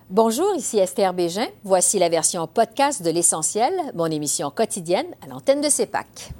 Bonjour, ici Esther Bégin. Voici la version podcast de L'Essentiel, mon émission quotidienne à l'antenne de CEPAC.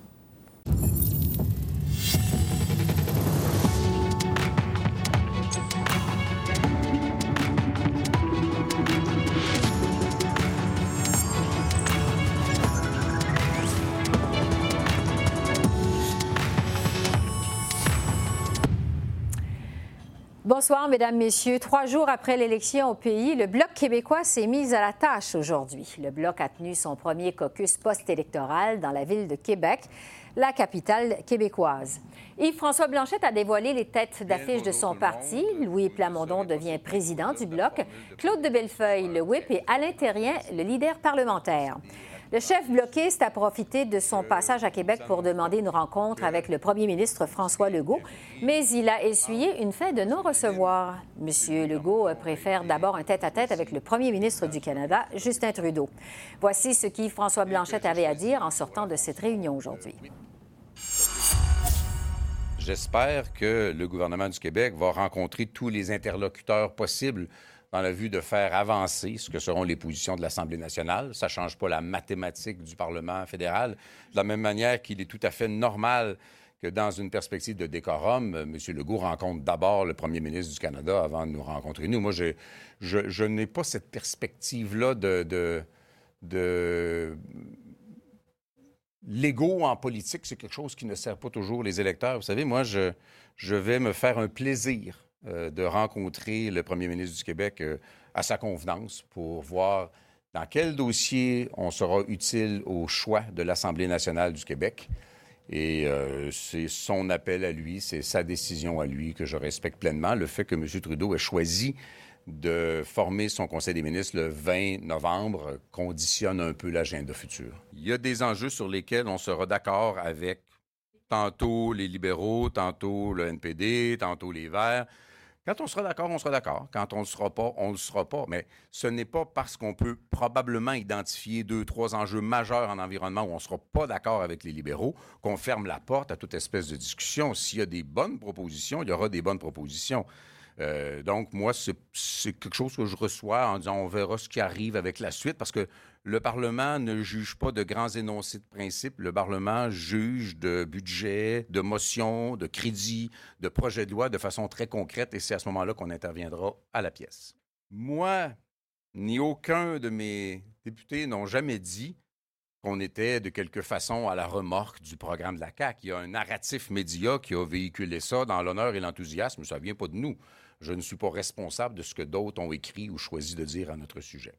Bonsoir, Mesdames, Messieurs. 3 jours après l'élection au pays, le Bloc québécois s'est mis à la tâche aujourd'hui. Le Bloc a tenu son premier caucus post-électoral dans la ville de Québec, la capitale québécoise. Yves-François Blanchet a dévoilé les têtes d'affiche de son parti. Louis Plamondon devient président du Bloc. Claude de Bellefeuille, le whip, et Alain Thérien, le leader parlementaire. Le chef bloquiste a profité de son passage à Québec pour demander une rencontre avec le premier ministre François Legault, mais il a essuyé une fin de non-recevoir. M. Legault préfère d'abord un tête-à-tête avec le premier ministre du Canada, Justin Trudeau. Voici ce qu'Yves-François Blanchet avait à dire en sortant de cette réunion aujourd'hui. J'espère que le gouvernement du Québec va rencontrer tous les interlocuteurs possibles dans la vue de faire avancer ce que seront les positions de l'Assemblée nationale. Ça ne change pas la mathématique du Parlement fédéral. De la même manière qu'il est tout à fait normal que dans une perspective de décorum, M. Legault rencontre d'abord le premier ministre du Canada avant de nous rencontrer. Nous, moi, je n'ai pas cette perspective-là de l'ego en politique, c'est quelque chose qui ne sert pas toujours les électeurs. Vous savez, moi, je vais me faire un plaisir de rencontrer le premier ministre du Québec à sa convenance pour voir dans quel dossier on sera utile au choix de l'Assemblée nationale du Québec. Et c'est son appel à lui, c'est sa décision à lui que je respecte pleinement. Le fait que M. Trudeau ait choisi de former son Conseil des ministres le 20 novembre conditionne un peu l'agenda futur. Il y a des enjeux sur lesquels on sera d'accord avec tantôt les libéraux, tantôt le NPD, tantôt les Verts. Quand on sera d'accord, on sera d'accord. Quand on ne le sera pas, on ne le sera pas. Mais ce n'est pas parce qu'on peut probablement identifier 2-3 enjeux majeurs en environnement où on ne sera pas d'accord avec les libéraux qu'on ferme la porte à toute espèce de discussion. S'il y a des bonnes propositions, il y aura des bonnes propositions. Donc, moi, c'est quelque chose que je reçois en disant on verra ce qui arrive avec la suite parce que le Parlement ne juge pas de grands énoncés de principes. Le Parlement juge de budget, de motions, de crédits, de projets de loi de façon très concrète et c'est à ce moment-là qu'on interviendra à la pièce. Moi, ni aucun de mes députés n'ont jamais dit qu'on était de quelque façon à la remorque du programme de la CAQ. Il y a un narratif média qui a véhiculé ça dans l'honneur et l'enthousiasme. Ça ne vient pas de nous. Je ne suis pas responsable de ce que d'autres ont écrit ou choisi de dire à notre sujet.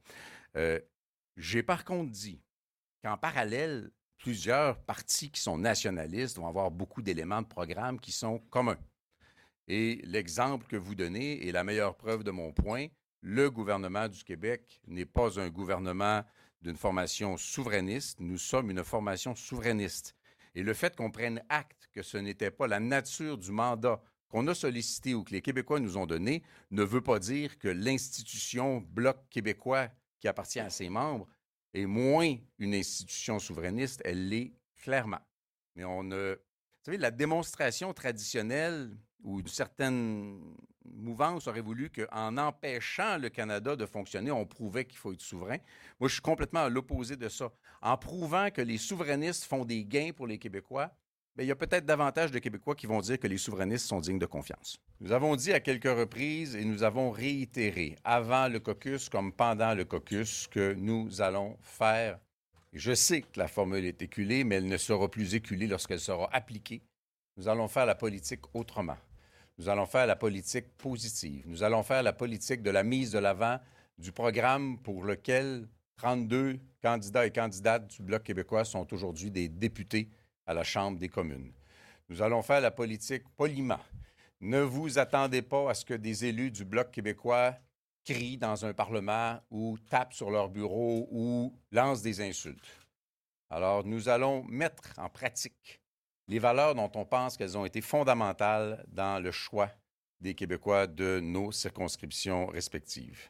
J'ai par contre dit qu'en parallèle, plusieurs partis qui sont nationalistes vont avoir beaucoup d'éléments de programme qui sont communs. Et l'exemple que vous donnez est la meilleure preuve de mon point. Le gouvernement du Québec n'est pas un gouvernement d'une formation souverainiste. Nous sommes une formation souverainiste. Et le fait qu'on prenne acte que ce n'était pas la nature du mandat qu'on a sollicité ou que les Québécois nous ont donné ne veut pas dire que l'institution Bloc québécois qui appartient à ses membres est moins une institution souverainiste. Elle l'est clairement. Mais vous savez, la démonstration traditionnelle ou certaines mouvances auraient voulu qu'en empêchant le Canada de fonctionner, on prouvait qu'il faut être souverain. Moi, je suis complètement à l'opposé de ça. En prouvant que les souverainistes font des gains pour les Québécois, bien, il y a peut-être davantage de Québécois qui vont dire que les souverainistes sont dignes de confiance. Nous avons dit à quelques reprises et nous avons réitéré, avant le caucus comme pendant le caucus, que nous allons faire. Je sais que la formule est éculée, mais elle ne sera plus éculée lorsqu'elle sera appliquée. Nous allons faire la politique autrement. Nous allons faire la politique positive. Nous allons faire la politique de la mise de l'avant du programme pour lequel 32 candidats et candidates du Bloc québécois sont aujourd'hui des députés à la Chambre des communes. Nous allons faire la politique poliment. Ne vous attendez pas à ce que des élus du Bloc québécois crient dans un parlement ou tapent sur leur bureau ou lancent des insultes. Alors, nous allons mettre en pratique les valeurs dont on pense qu'elles ont été fondamentales dans le choix des Québécois de nos circonscriptions respectives.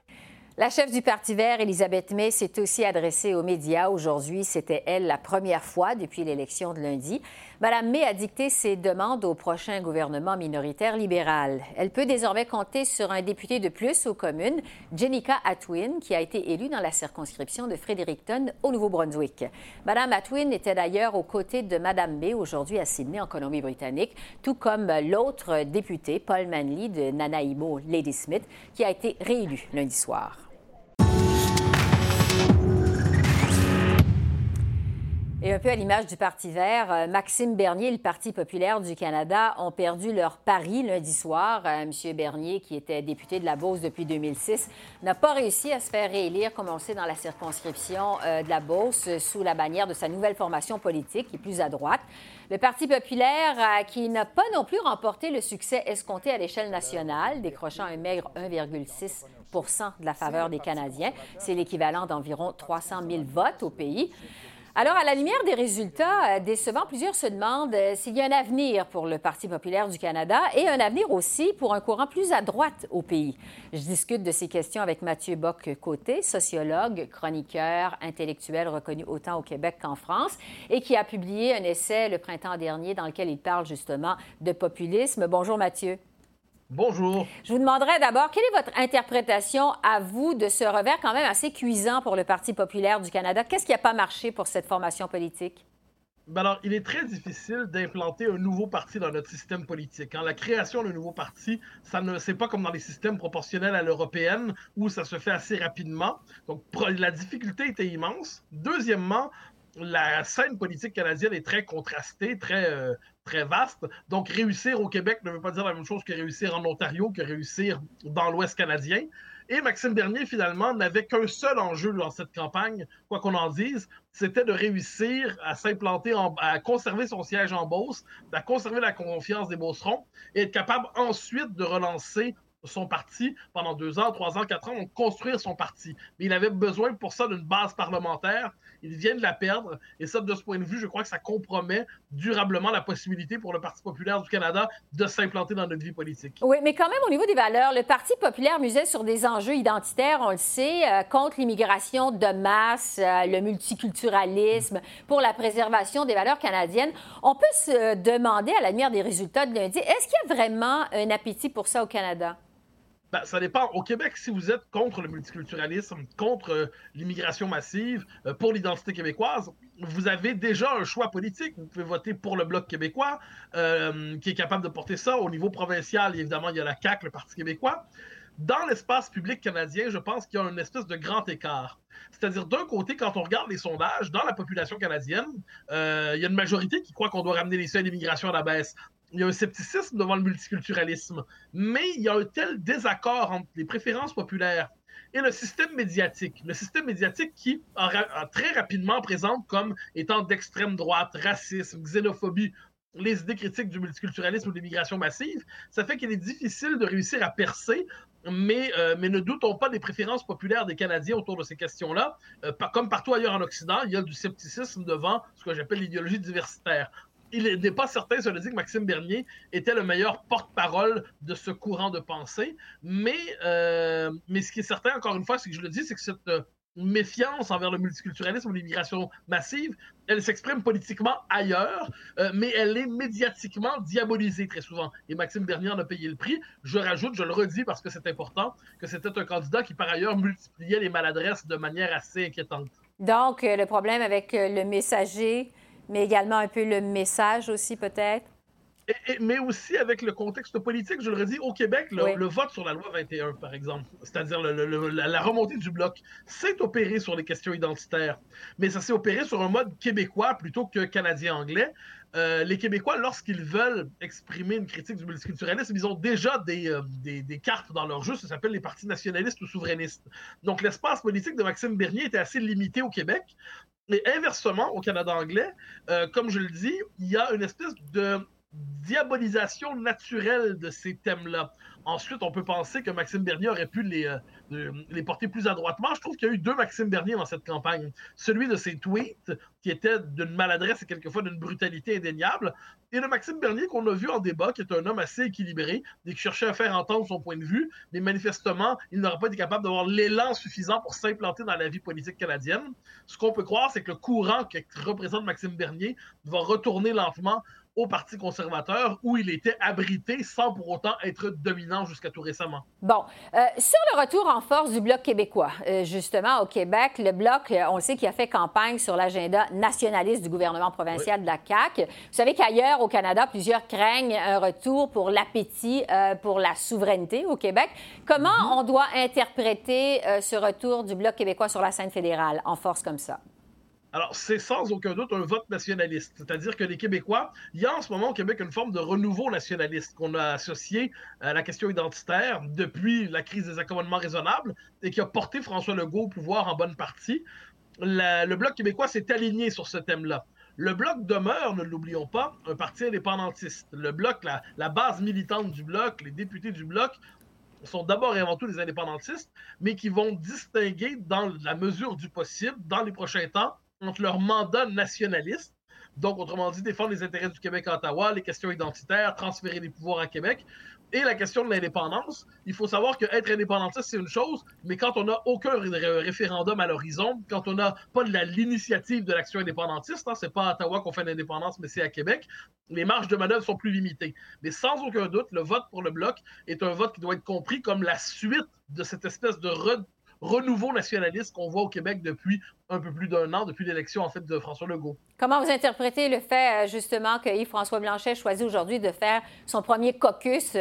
La chef du Parti vert, Elisabeth May, s'est aussi adressée aux médias. Aujourd'hui, c'était elle la première fois depuis l'élection de lundi. Mme May a dicté ses demandes au prochain gouvernement minoritaire libéral. Elle peut désormais compter sur un député de plus aux communes, Jenica Atwin, qui a été élue dans la circonscription de Fredericton, au Nouveau-Brunswick. Mme Atwin était d'ailleurs aux côtés de Mme May aujourd'hui à Sydney, en Colombie-Britannique, tout comme l'autre député, Paul Manley de Nanaimo-Ladysmith, qui a été réélu lundi soir. Et un peu à l'image du Parti vert, Maxime Bernier et le Parti populaire du Canada ont perdu leur pari lundi soir. M. Bernier, qui était député de la Beauce depuis 2006, n'a pas réussi à se faire réélire, comme on le sait, dans la circonscription de la Beauce, sous la bannière de sa nouvelle formation politique, qui est plus à droite. Le Parti populaire, qui n'a pas non plus remporté le succès escompté à l'échelle nationale, décrochant un maigre 1,6 de la faveur des Canadiens. C'est l'équivalent d'environ 300 000 votes au pays. Alors, à la lumière des résultats décevants, plusieurs se demandent s'il y a un avenir pour le Parti populaire du Canada et un avenir aussi pour un courant plus à droite au pays. Je discute de ces questions avec Mathieu Bock-Côté, sociologue, chroniqueur, intellectuel reconnu autant au Québec qu'en France et qui a publié un essai le printemps dernier dans lequel il parle justement de populisme. Bonjour Mathieu. Bonjour. Je vous demanderais d'abord, quelle est votre interprétation à vous de ce revers quand même assez cuisant pour le Parti populaire du Canada? Qu'est-ce qui n'a pas marché pour cette formation politique? Alors, il est très difficile d'implanter un nouveau parti dans notre système politique. La création d'un nouveau parti, c'est pas comme dans les systèmes proportionnels à l'européenne où ça se fait assez rapidement. Donc, la difficulté était immense. Deuxièmement, la scène politique canadienne est très contrastée, très vaste. Donc, réussir au Québec ne veut pas dire la même chose que réussir en Ontario, que réussir dans l'Ouest canadien. Et Maxime Bernier, finalement, n'avait qu'un seul enjeu dans cette campagne, quoi qu'on en dise, c'était de réussir à s'implanter, à conserver son siège en Beauce, à conserver la confiance des Beaucerons et être capable ensuite de relancer son parti pendant 2 ans, 3 ans, 4 ans, donc construire son parti. Mais il avait besoin pour ça d'une base parlementaire. Il vient de la perdre. Et ça, de ce point de vue, je crois que ça compromet durablement la possibilité pour le Parti populaire du Canada de s'implanter dans notre vie politique. Oui, mais quand même, au niveau des valeurs, le Parti populaire misait sur des enjeux identitaires, on le sait, contre l'immigration de masse, le multiculturalisme, pour la préservation des valeurs canadiennes. On peut se demander, à la lumière des résultats de lundi, est-ce qu'il y a vraiment un appétit pour ça au Canada? Ça dépend. Au Québec, si vous êtes contre le multiculturalisme, contre l'immigration massive, pour l'identité québécoise, vous avez déjà un choix politique. Vous pouvez voter pour le Bloc québécois, qui est capable de porter ça. Au niveau provincial, évidemment, il y a la CAQ, le Parti québécois. Dans l'espace public canadien, je pense qu'il y a une espèce de grand écart. C'est-à-dire, d'un côté, quand on regarde les sondages, dans la population canadienne, il y a une majorité qui croit qu'on doit ramener les seuils d'immigration à la baisse. Il y a un scepticisme devant le multiculturalisme, mais il y a un tel désaccord entre les préférences populaires et le système médiatique. Le système médiatique qui a très rapidement présente comme étant d'extrême droite, racisme, xénophobie, les idées critiques du multiculturalisme ou de l'immigration massive, ça fait qu'il est difficile de réussir à percer, mais ne doutons pas des préférences populaires des Canadiens autour de ces questions-là. Comme partout ailleurs en Occident, il y a du scepticisme devant ce que j'appelle l'idéologie diversitaire. Il n'est pas certain, cela dit, que Maxime Bernier était le meilleur porte-parole de ce courant de pensée, mais ce qui est certain, encore une fois, c'est que je le dis, c'est que cette méfiance envers le multiculturalisme ou l'immigration massive, elle s'exprime politiquement ailleurs, mais elle est médiatiquement diabolisée très souvent. Et Maxime Bernier en a payé le prix. Je rajoute, je le redis parce que c'est important, que c'était un candidat qui, par ailleurs, multipliait les maladresses de manière assez inquiétante. Donc, le problème avec le messager, mais également un peu le message aussi, peut-être? Mais aussi avec le contexte politique, je le redis, au Québec, le vote sur la loi 21, par exemple, c'est-à-dire la remontée du Bloc, s'est opéré sur les questions identitaires, mais ça s'est opéré sur un mode québécois plutôt que canadien-anglais. Les Québécois, lorsqu'ils veulent exprimer une critique du multiculturalisme, ils ont déjà des cartes dans leur jeu, ça s'appelle les partis nationalistes ou souverainistes. Donc l'espace politique de Maxime Bernier était assez limité au Québec. Et inversement, au Canada anglais, comme je le dis, il y a une espèce de diabolisation naturelle de ces thèmes-là. Ensuite, on peut penser que Maxime Bernier aurait pu les porter plus adroitement. Je trouve qu'il y a eu 2 Maxime Bernier dans cette campagne. Celui de ses tweets, qui était d'une maladresse et quelquefois d'une brutalité indéniable, et le Maxime Bernier qu'on a vu en débat, qui est un homme assez équilibré et qui cherchait à faire entendre son point de vue, mais manifestement, il n'aurait pas été capable d'avoir l'élan suffisant pour s'implanter dans la vie politique canadienne. Ce qu'on peut croire, c'est que le courant que représente Maxime Bernier va retourner lentement au Parti conservateur, où il était abrité sans pour autant être dominant jusqu'à tout récemment. Bon, sur le retour en force du Bloc québécois, justement, au Québec, le Bloc, on le sait, qui a fait campagne sur l'agenda nationaliste du gouvernement provincial de la CAQ. Vous savez qu'ailleurs, au Canada, plusieurs craignent un retour pour l'appétit pour la souveraineté au Québec. Comment on doit interpréter ce retour du Bloc québécois sur la scène fédérale en force comme ça? Alors, c'est sans aucun doute un vote nationaliste. C'est-à-dire que les Québécois, il y a en ce moment au Québec une forme de renouveau nationaliste qu'on a associé à la question identitaire depuis la crise des accommodements raisonnables et qui a porté François Legault au pouvoir en bonne partie. Le Bloc québécois s'est aligné sur ce thème-là. Le Bloc demeure, ne l'oublions pas, un parti indépendantiste. Le Bloc, la base militante du Bloc, les députés du Bloc, sont d'abord et avant tout des indépendantistes, mais qui vont distinguer dans la mesure du possible, dans les prochains temps, entre leur mandat nationaliste, donc autrement dit défendre les intérêts du Québec à Ottawa, les questions identitaires, transférer les pouvoirs à Québec, et la question de l'indépendance. Il faut savoir qu'être indépendantiste, c'est une chose, mais quand on n'a aucun référendum à l'horizon, quand on n'a pas l'initiative de l'action indépendantiste, c'est pas à Ottawa qu'on fait l'indépendance, mais c'est à Québec, les marges de manœuvre sont plus limitées. Mais sans aucun doute, le vote pour le Bloc est un vote qui doit être compris comme la suite de cette espèce de renouveau nationaliste qu'on voit au Québec depuis un peu plus d'1 an, depuis l'élection en fait de François Legault. Comment vous interprétez le fait justement que Yves-François Blanchet choisit aujourd'hui de faire son premier caucus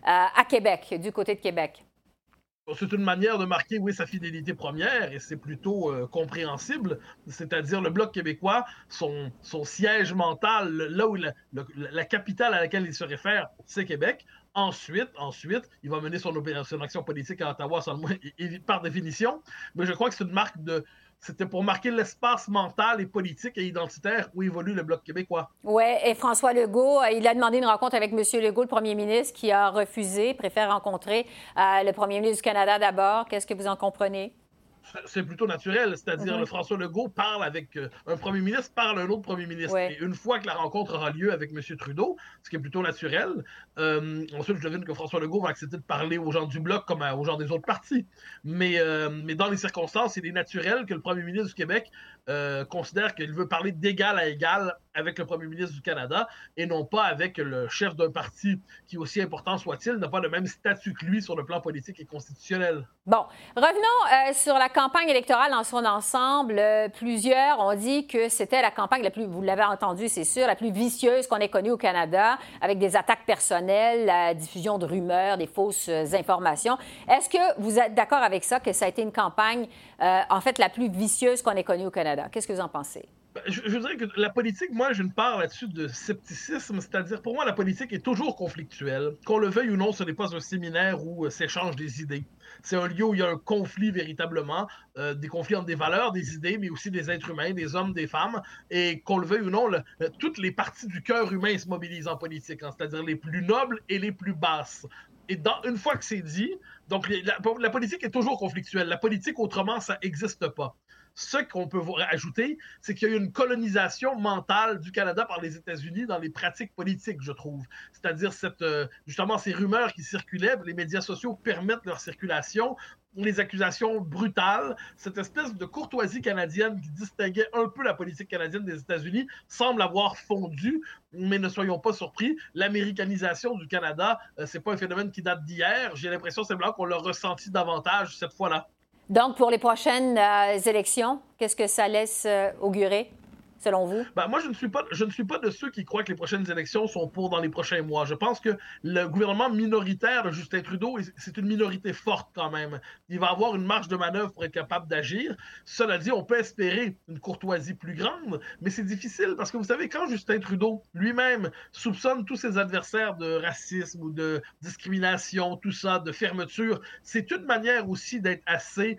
à Québec, du côté de Québec? C'est une manière de marquer, oui, sa fidélité première, et c'est plutôt compréhensible. C'est-à-dire le Bloc québécois, son siège mental, là où la capitale à laquelle il se réfère, c'est Québec. Ensuite, il va mener son action politique à Ottawa, par définition. Mais je crois que c'est une marque de... C'était pour marquer l'espace mental et politique et identitaire où évolue le Bloc québécois. Oui, et François Legault, il a demandé une rencontre avec M. Legault, le premier ministre, qui a refusé, préfère rencontrer le premier ministre du Canada d'abord. Qu'est-ce que vous en comprenez? C'est plutôt naturel, c'est-à-dire le François Legault parle avec un premier ministre, parle à un autre premier ministre. Ouais. Et une fois que la rencontre aura lieu avec M. Trudeau, ce qui est plutôt naturel, ensuite je devine que François Legault va accepter de parler aux gens du Bloc comme aux gens des autres partis. Mais dans les circonstances, il est naturel que le premier ministre du Québec considère qu'il veut parler d'égal à égal avec le premier ministre du Canada et non pas avec le chef d'un parti qui, aussi important soit-il, n'a pas le même statut que lui sur le plan politique et constitutionnel. Bon, revenons sur la campagne électorale dans son ensemble. Plusieurs ont dit que c'était la campagne la plus, vous l'avez entendu, c'est sûr, la plus vicieuse qu'on ait connue au Canada, avec des attaques personnelles, la diffusion de rumeurs, des fausses informations. Est-ce que vous êtes d'accord avec ça, que ça a été une campagne, en fait, la plus vicieuse qu'on ait connue au Canada? Qu'est-ce que vous en pensez? Je dirais que la politique, moi, j'ai une part là-dessus de scepticisme, c'est-à-dire pour moi, la politique est toujours conflictuelle. Qu'on le veuille ou non, ce n'est pas un séminaire où s'échangent des idées. C'est un lieu où il y a un conflit véritablement, des conflits entre des valeurs, des idées, mais aussi des êtres humains, des hommes, des femmes. Et qu'on le veuille ou non, toutes les parties du cœur humain se mobilisent en politique, c'est-à-dire les plus nobles et les plus basses. Et une fois que c'est dit, donc la politique est toujours conflictuelle. La politique, autrement, ça n'existe pas. Ce qu'on peut ajouter, c'est qu'il y a eu une colonisation mentale du Canada par les États-Unis dans les pratiques politiques, je trouve. C'est-à-dire justement ces rumeurs qui circulaient, les médias sociaux permettent leur circulation, les accusations brutales, cette espèce de courtoisie canadienne qui distinguait un peu la politique canadienne des États-Unis semble avoir fondu, mais ne soyons pas surpris, l'américanisation du Canada, c'est pas un phénomène qui date d'hier. J'ai l'impression simplement qu'on l'a ressenti davantage cette fois-là. Donc, pour les prochaines élections, qu'est-ce que ça laisse augurer, selon vous? Moi, je ne suis pas de ceux qui croient que les prochaines élections sont pour dans les prochains mois. Je pense que le gouvernement minoritaire de Justin Trudeau, c'est une minorité forte quand même. Il va avoir une marge de manœuvre pour être capable d'agir. Cela dit, on peut espérer une courtoisie plus grande, mais c'est difficile parce que vous savez, quand Justin Trudeau lui-même soupçonne tous ses adversaires de racisme ou de discrimination, tout ça, de fermeture, c'est une manière aussi d'être assez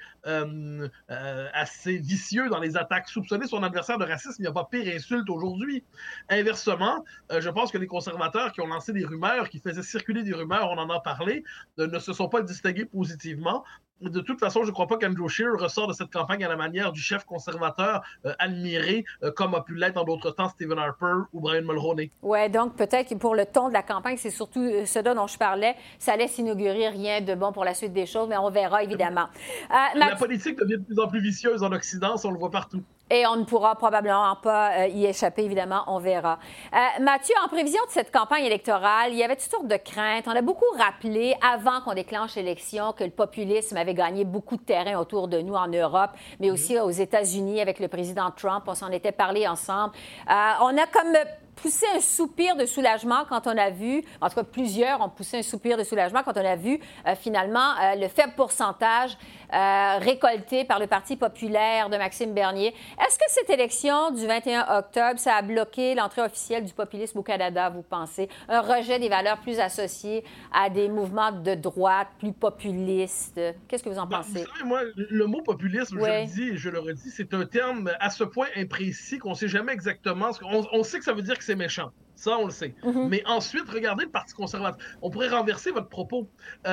vicieux dans les attaques. Soupçonner son adversaire de racisme, il n'y a pas pire insulte aujourd'hui. Inversement, je pense que les conservateurs qui ont lancé des rumeurs, qui faisaient circuler des rumeurs, on en a parlé, ne se sont pas distingués positivement. de toute façon, je ne crois pas qu'Andrew Scheer ressort de cette campagne à la manière du chef conservateur admiré, comme a pu l'être en d'autres temps Stephen Harper ou Brian Mulroney. Oui, donc peut-être que pour le ton de la campagne, c'est surtout ce dont je parlais. Ça laisse inaugurer rien de bon pour la suite des choses, mais on verra évidemment. La politique devient de plus en plus vicieuse en Occident, ça on le voit partout. Et on ne pourra probablement pas y échapper, évidemment, on verra. Mathieu, en prévision de cette campagne électorale, il y avait toutes sortes de craintes. On a beaucoup rappelé, avant qu'on déclenche l'élection, que le populisme avait gagné beaucoup de terrain autour de nous en Europe, mais aussi aux États-Unis avec le président Trump. On s'en était parlé ensemble. On a comme poussé un soupir de soulagement quand on a vu, en tout cas plusieurs ont poussé un soupir de soulagement quand on a vu finalement le faible pourcentage récolté par le Parti populaire de Maxime Bernier. Est-ce que cette élection du 21 octobre, ça a bloqué l'entrée officielle du populisme au Canada, vous pensez? Un rejet des valeurs plus associées à des mouvements de droite, plus populistes? Qu'est-ce que vous en pensez? Vous savez, moi, le mot populisme, oui. je le dis et je le redis, c'est un terme à ce point imprécis qu'on ne sait jamais exactement. On sait que ça veut dire que c'est méchant. Ça, on le sait. Mm-hmm. Mais ensuite, regardez le Parti conservateur. On pourrait renverser votre propos.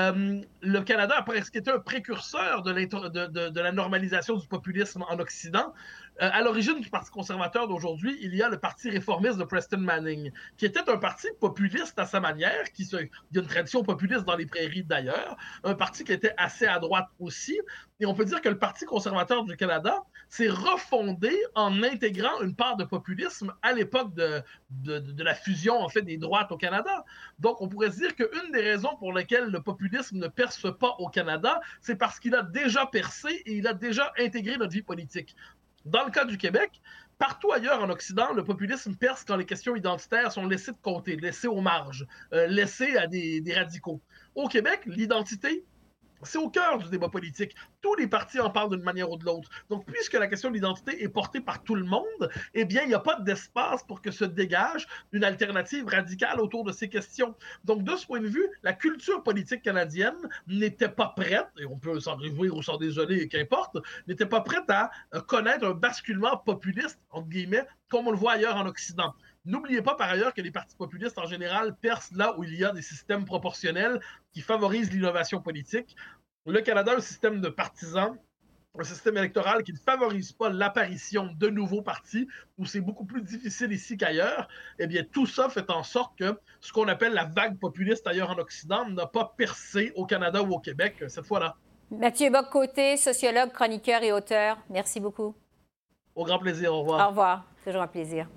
Le Canada a presque été un précurseur de la normalisation du populisme en Occident. À l'origine du Parti conservateur d'aujourd'hui, il y a le Parti réformiste de Preston Manning, qui était un parti populiste à sa manière, il y a une tradition populiste dans les prairies d'ailleurs, un parti qui était assez à droite aussi. Et on peut dire que le Parti conservateur du Canada s'est refondé en intégrant une part de populisme à l'époque de la fusion en fait des droites au Canada. Donc on pourrait se dire qu'une des raisons pour lesquelles le populisme ne perce pas au Canada, c'est parce qu'il a déjà percé et il a déjà intégré notre vie politique. Dans le cas du Québec, partout ailleurs en Occident, le populisme perce quand les questions identitaires sont laissées de côté, laissées aux marges, laissées à des radicaux. Au Québec, l'identité, c'est au cœur du débat politique. Tous les partis en parlent d'une manière ou de l'autre. Donc, puisque la question de l'identité est portée par tout le monde, eh bien, il n'y a pas d'espace pour que se dégage une alternative radicale autour de ces questions. Donc, de ce point de vue, la culture politique canadienne n'était pas prête, et on peut s'en réjouir ou s'en désoler, qu'importe, n'était pas prête à connaître un basculement populiste, entre guillemets, comme on le voit ailleurs en Occident. N'oubliez pas par ailleurs que les partis populistes en général percent là où il y a des systèmes proportionnels qui favorisent l'innovation politique. Le Canada a un système de partisans, un système électoral qui ne favorise pas l'apparition de nouveaux partis, où c'est beaucoup plus difficile ici qu'ailleurs. Eh bien, tout ça fait en sorte que ce qu'on appelle la vague populiste ailleurs en Occident n'a pas percé au Canada ou au Québec cette fois-là. Mathieu Bock-Côté, sociologue, chroniqueur et auteur, merci beaucoup. Au grand plaisir, au revoir. Au revoir, c'est toujours un plaisir.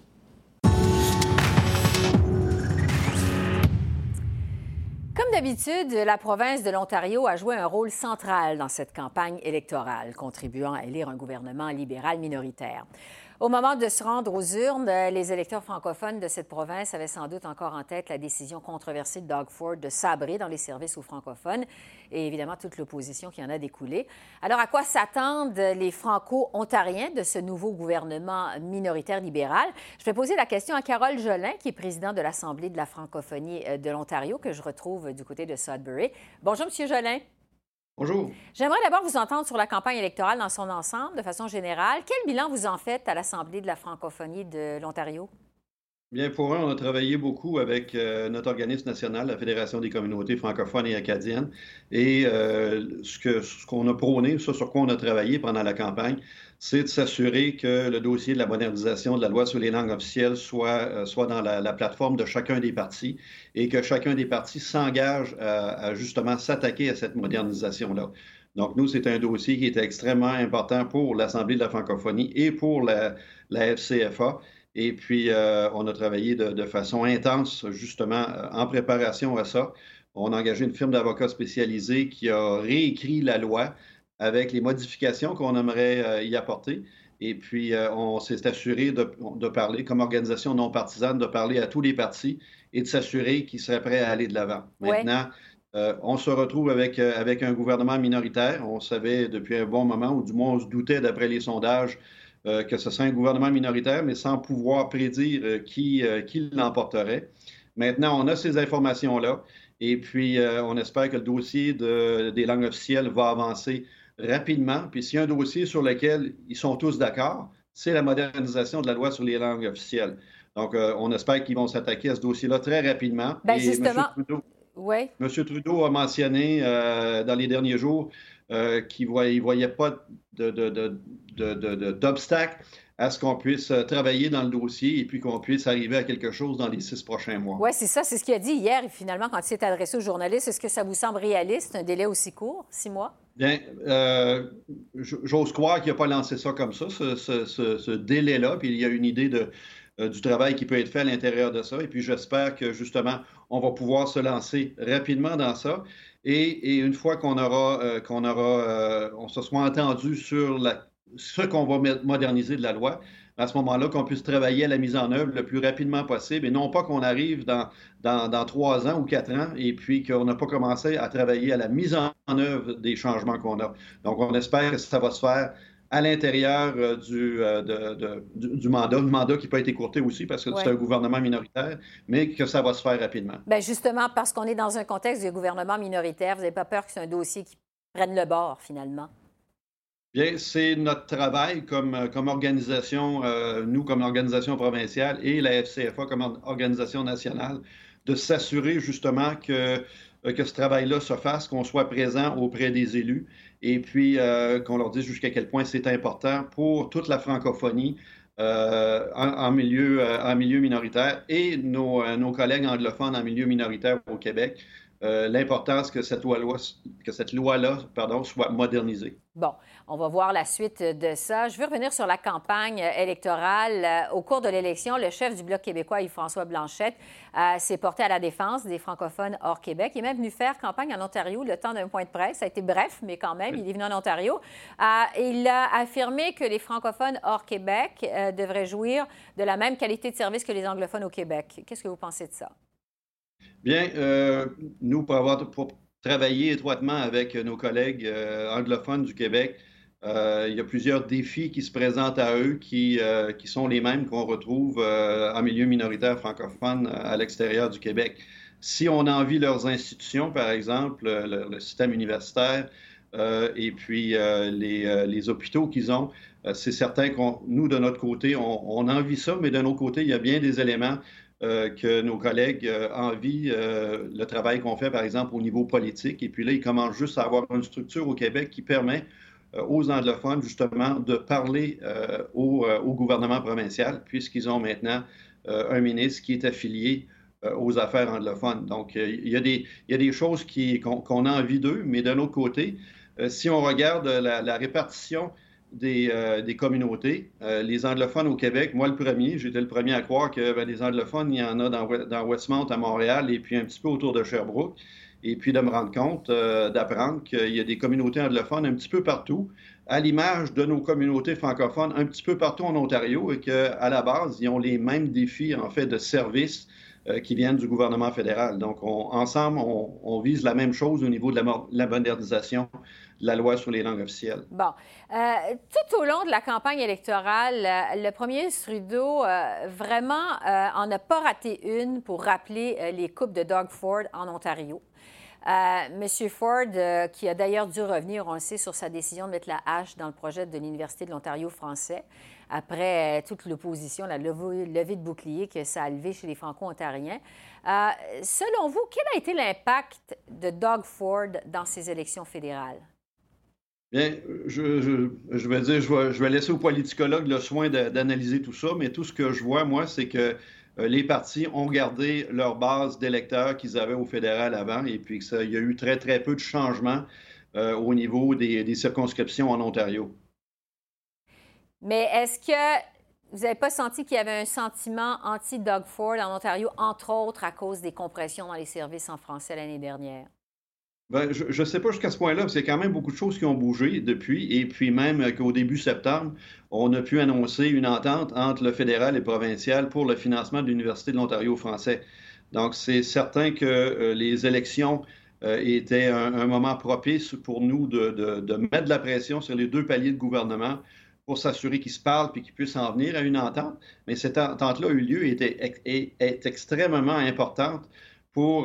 Comme d'habitude, la province de l'Ontario a joué un rôle central dans cette campagne électorale, contribuant à élire un gouvernement libéral minoritaire. Au moment de se rendre aux urnes, les électeurs francophones de cette province avaient sans doute encore en tête la décision controversée de Doug Ford de sabrer dans les services aux francophones et évidemment toute l'opposition qui en a découlé. Alors, à quoi s'attendent les Franco-Ontariens de ce nouveau gouvernement minoritaire libéral? Je vais poser la question à Carole Jolin, qui est présidente de l'Assemblée de la francophonie de l'Ontario, que je retrouve du côté de Sudbury. Bonjour, M. Jolin. Bonjour. J'aimerais d'abord vous entendre sur la campagne électorale dans son ensemble, de façon générale. Quel bilan vous en faites à l'Assemblée de la francophonie de l'Ontario? Bien, pour un, on a travaillé beaucoup avec notre organisme national, la Fédération des communautés francophones et acadiennes. Et ce qu'on a prôné, sur quoi on a travaillé pendant la campagne, c'est de s'assurer que le dossier de la modernisation de la loi sur les langues officielles soit dans la plateforme de chacun des partis et que chacun des partis s'engage à justement s'attaquer à cette modernisation-là. Donc, nous, c'est un dossier qui était extrêmement important pour l'Assemblée de la francophonie et pour la FCFA. Et puis, on a travaillé de façon intense, justement, en préparation à ça. On a engagé une firme d'avocats spécialisée qui a réécrit la loi avec les modifications qu'on aimerait y apporter. Et puis, on s'est assuré de parler, comme organisation non partisane, de parler à tous les partis et de s'assurer qu'ils seraient prêts à aller de l'avant. Ouais. Maintenant, on se retrouve avec un gouvernement minoritaire. On savait depuis un bon moment, ou du moins on se doutait d'après les sondages, que ce serait un gouvernement minoritaire, mais sans pouvoir prédire qui l'emporterait. Maintenant, on a ces informations-là, et puis on espère que le dossier des langues officielles va avancer rapidement. Puis s'il y a un dossier sur lequel ils sont tous d'accord, c'est la modernisation de la loi sur les langues officielles. Donc, on espère qu'ils vont s'attaquer à ce dossier-là très rapidement. Bien, justement, M. Trudeau a mentionné dans les derniers jours qu'ils ne voyaient pas d'obstacle à ce qu'on puisse travailler dans le dossier et puis qu'on puisse arriver à quelque chose dans les 6 prochains mois. Oui, c'est ça. C'est ce qu'il a dit hier, finalement, quand il s'est adressé aux journalistes. Est-ce que ça vous semble réaliste, un délai aussi court, 6 mois? Bien, j'ose croire qu'il n'a pas lancé ça comme ça, ce délai-là, puis il y a une idée du travail qui peut être fait à l'intérieur de ça. Et puis, j'espère que, justement, on va pouvoir se lancer rapidement dans ça. Et une fois on se soit entendu sur ce qu'on va moderniser de la loi, à ce moment-là, qu'on puisse travailler à la mise en œuvre le plus rapidement possible et non pas qu'on arrive dans 3 ans ou 4 ans et puis qu'on n'a pas commencé à travailler à la mise en œuvre des changements qu'on a. Donc, on espère que ça va se faire à l'intérieur du mandat, le mandat qui peut être écourté aussi parce que c'est un gouvernement minoritaire, mais que ça va se faire rapidement. Bien, justement, parce qu'on est dans un contexte de gouvernement minoritaire, vous n'avez pas peur que c'est un dossier qui prenne le bord, finalement? Bien, c'est notre travail comme organisation, nous comme organisation provinciale et la FCFA comme organisation nationale, de s'assurer justement que ce travail-là se fasse, qu'on soit présent auprès des élus et puis qu'on leur dise jusqu'à quel point c'est important pour toute la francophonie en milieu minoritaire et nos collègues anglophones en milieu minoritaire au Québec. L'importance que cette loi-là, soit modernisée. Bon, on va voir la suite de ça. Je veux revenir sur la campagne électorale. Au cours de l'élection, le chef du Bloc québécois, Yves-François Blanchet, s'est porté à la défense des francophones hors Québec. Il est même venu faire campagne en Ontario le temps d'un point de presse. Ça a été bref, mais quand même, il est venu en Ontario. Il a affirmé que les francophones hors Québec devraient jouir de la même qualité de service que les anglophones au Québec. Qu'est-ce que vous pensez de ça? Bien, nous, pour travailler étroitement avec nos collègues anglophones du Québec, il y a plusieurs défis qui se présentent à eux qui sont les mêmes qu'on retrouve en milieu minoritaire francophone à l'extérieur du Québec. Si on envie leurs institutions, par exemple, le système universitaire et puis les hôpitaux qu'ils ont, c'est certain nous, de notre côté, on envie ça, mais de notre côté, il y a bien des éléments que nos collègues envient le travail qu'on fait, par exemple, au niveau politique. Et puis là, ils commencent juste à avoir une structure au Québec qui permet aux anglophones, justement, de parler au gouvernement provincial, puisqu'ils ont maintenant un ministre qui est affilié aux affaires anglophones. Donc, il y a des choses qu'on a envie d'eux, mais d'un autre côté, si on regarde la répartition des communautés. Les anglophones au Québec, moi le premier, j'étais le premier à croire que les anglophones, il y en a dans Westmount à Montréal et puis un petit peu autour de Sherbrooke. Et puis de me rendre compte, d'apprendre qu'il y a des communautés anglophones un petit peu partout, à l'image de nos communautés francophones un petit peu partout en Ontario et qu'à la base, ils ont les mêmes défis, en fait, de services qui viennent du gouvernement fédéral. Donc, ensemble, on vise la même chose au niveau de la modernisation de la loi sur les langues officielles. Bon. Tout au long de la campagne électorale, le premier ministre Trudeau, vraiment, en n'a pas raté une pour rappeler les coupes de Doug Ford en Ontario. Monsieur Ford, qui a d'ailleurs dû revenir, on le sait, sur sa décision de mettre la hache dans le projet de l'Université de l'Ontario français, après toute l'opposition, la levée de bouclier que ça a levé chez les Franco-Ontariens. Selon vous, quel a été l'impact de Doug Ford dans ces élections fédérales? Bien, je vais laisser aux politicologues le soin d'analyser tout ça, mais tout ce que je vois, moi, c'est que les partis ont gardé leur base d'électeurs qu'ils avaient au fédéral avant et puis il y a eu très, très peu de changements au niveau des circonscriptions en Ontario. Mais est-ce que vous n'avez pas senti qu'il y avait un sentiment anti-Doug Ford en Ontario, entre autres à cause des compressions dans les services en français l'année dernière? Bien, je ne sais pas jusqu'à ce point-là, parce qu'il y a quand même beaucoup de choses qui ont bougé depuis, et puis même qu'au début septembre, on a pu annoncer une entente entre le fédéral et le provincial pour le financement de l'Université de l'Ontario français. Donc, c'est certain que les élections étaient un moment propice pour nous de mettre de la pression sur les deux paliers de gouvernement pour s'assurer qu'ils se parlent puis qu'ils puissent en venir à une entente. Mais cette entente-là a eu lieu et est extrêmement importante pour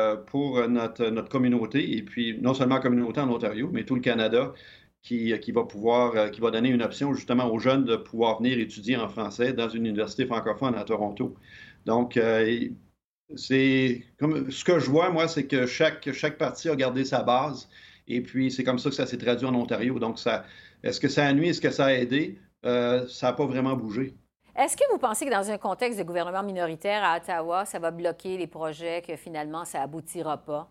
notre communauté, et puis non seulement la communauté en Ontario, mais tout le Canada, qui va donner une option justement aux jeunes de pouvoir venir étudier en français dans une université francophone à Toronto. Donc, c'est comme ce que je vois, moi, c'est que chaque parti a gardé sa base Et puis, c'est comme ça que ça s'est traduit en Ontario. Donc, est-ce que ça a nuit? Est-ce que ça a aidé? Ça n'a pas vraiment bougé. Est-ce que vous pensez que dans un contexte de gouvernement minoritaire à Ottawa, ça va bloquer les projets, que finalement, ça aboutira pas?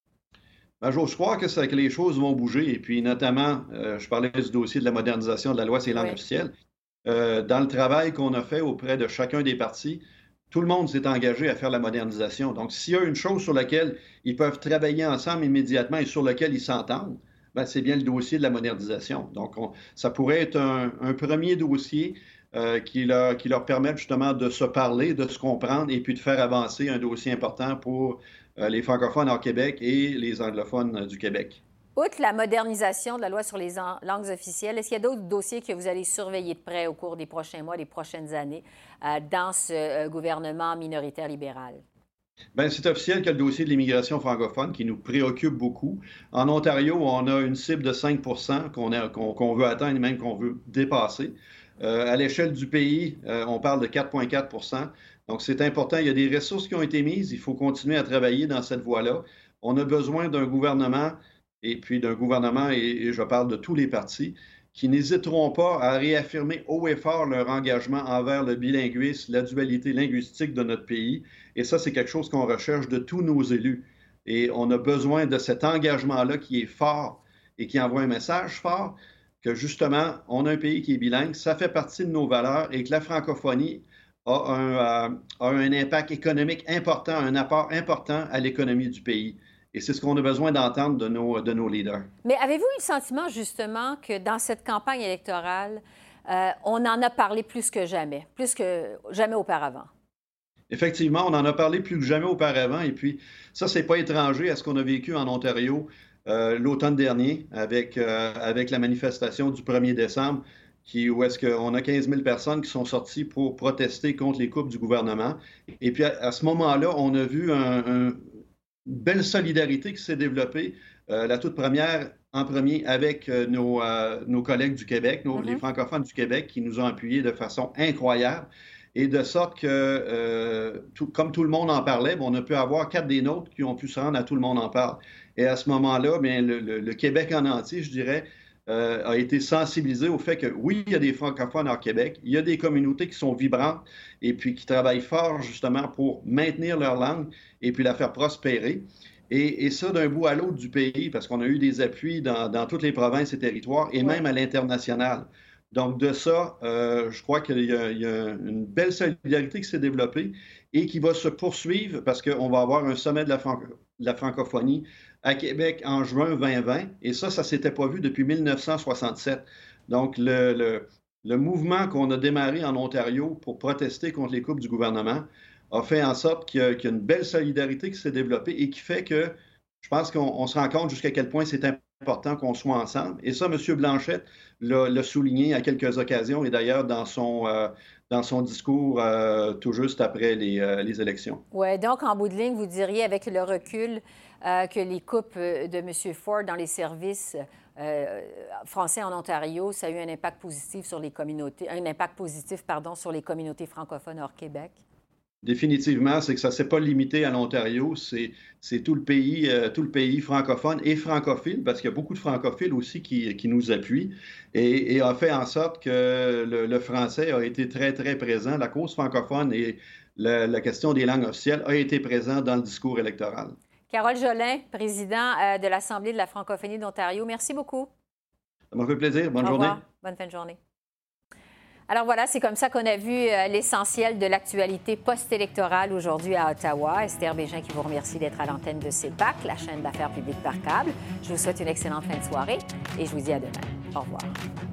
Ben, j'ose croire que les choses vont bouger. Et puis, notamment, je parlais du dossier de la modernisation de la loi sur les langues officielles. Dans le travail qu'on a fait auprès de chacun des partis, tout le monde s'est engagé à faire la modernisation. Donc, s'il y a une chose sur laquelle ils peuvent travailler ensemble immédiatement et sur laquelle ils s'entendent, ben, c'est bien le dossier de la modernisation. Donc, ça pourrait être un premier dossier qui leur permette justement de se parler, de se comprendre et puis de faire avancer un dossier important pour les francophones hors Québec et les anglophones du Québec. Outre la modernisation de la loi sur les langues officielles, est-ce qu'il y a d'autres dossiers que vous allez surveiller de près au cours des prochains mois, des prochaines années, dans ce gouvernement minoritaire libéral? Bien, c'est officiel que le dossier de l'immigration francophone qui nous préoccupe beaucoup. En Ontario, on a une cible de 5 qu'on veut atteindre et même qu'on veut dépasser. À l'échelle du pays, on parle de 4,4 Donc, c'est important. Il y a des ressources qui ont été mises. Il faut continuer à travailler dans cette voie-là. On a besoin d'un gouvernement et je parle de tous les partis, qui n'hésiteront pas à réaffirmer haut et fort leur engagement envers le bilinguisme, la dualité linguistique de notre pays. Et ça, c'est quelque chose qu'on recherche de tous nos élus. Et on a besoin de cet engagement-là qui est fort et qui envoie un message fort que, justement, on a un pays qui est bilingue, ça fait partie de nos valeurs et que la francophonie a un impact économique important, un apport important à l'économie du pays. Et c'est ce qu'on a besoin d'entendre de nos leaders. Mais avez-vous eu le sentiment, justement, que dans cette campagne électorale, on en a parlé plus que jamais auparavant? Effectivement, on en a parlé plus que jamais auparavant. Et puis, ça, c'est pas étranger à ce qu'on a vécu en Ontario l'automne dernier avec la manifestation du 1er décembre, où est-ce qu'on a 15 000 personnes qui sont sorties pour protester contre les coupes du gouvernement. Et puis, à ce moment-là, on a vu une belle solidarité qui s'est développée, la toute première, en premier, avec nos collègues du Québec, les francophones du Québec, qui nous ont appuyés de façon incroyable. Et de sorte que, comme tout le monde en parlait, on a pu avoir 4 des nôtres qui ont pu se rendre à Tout le monde en parle. Et à ce moment-là, bien, le Québec en entier, je dirais, a été sensibilisé au fait que, oui, il y a des francophones hors Québec, il y a des communautés qui sont vibrantes et puis qui travaillent fort, justement, pour maintenir leur langue et puis la faire prospérer. Et ça, d'un bout à l'autre du pays, parce qu'on a eu des appuis dans toutes les provinces et territoires et même à l'international. Donc, de ça, je crois qu'il y a une belle solidarité qui s'est développée et qui va se poursuivre parce qu'on va avoir un sommet de la francophonie à Québec en juin 2020. Et ça ne s'était pas vu depuis 1967. Donc, le mouvement qu'on a démarré en Ontario pour protester contre les coupes du gouvernement a fait en sorte qu'il y a une belle solidarité qui s'est développée et qui fait que je pense qu'on se rend compte jusqu'à quel point c'est important qu'on soit ensemble. Et ça, M. Blanchette l'a souligné à quelques occasions et d'ailleurs dans son discours tout juste après les élections. Oui, donc en bout de ligne, vous diriez avec le recul que les coupes de M. Ford dans les services français en Ontario, ça a eu un impact positif sur les communautés, sur les communautés francophones hors Québec? Définitivement, c'est que ça ne s'est pas limité à l'Ontario, c'est tout le pays francophone et francophile, parce qu'il y a beaucoup de francophiles aussi qui nous appuient, et a fait en sorte que le français a été très, très présent. La cause francophone et la question des langues officielles a été présent dans le discours électoral. Carole Jolin, président de l'Assemblée de la francophonie d'Ontario, merci beaucoup. Ça m'a fait plaisir. Bonne journée. Au revoir. Bonne fin de journée. Alors voilà, c'est comme ça qu'on a vu l'essentiel de l'actualité post-électorale aujourd'hui à Ottawa. Esther Bégin qui vous remercie d'être à l'antenne de CEPAC, la chaîne d'affaires publiques par câble. Je vous souhaite une excellente fin de soirée et je vous dis à demain. Au revoir.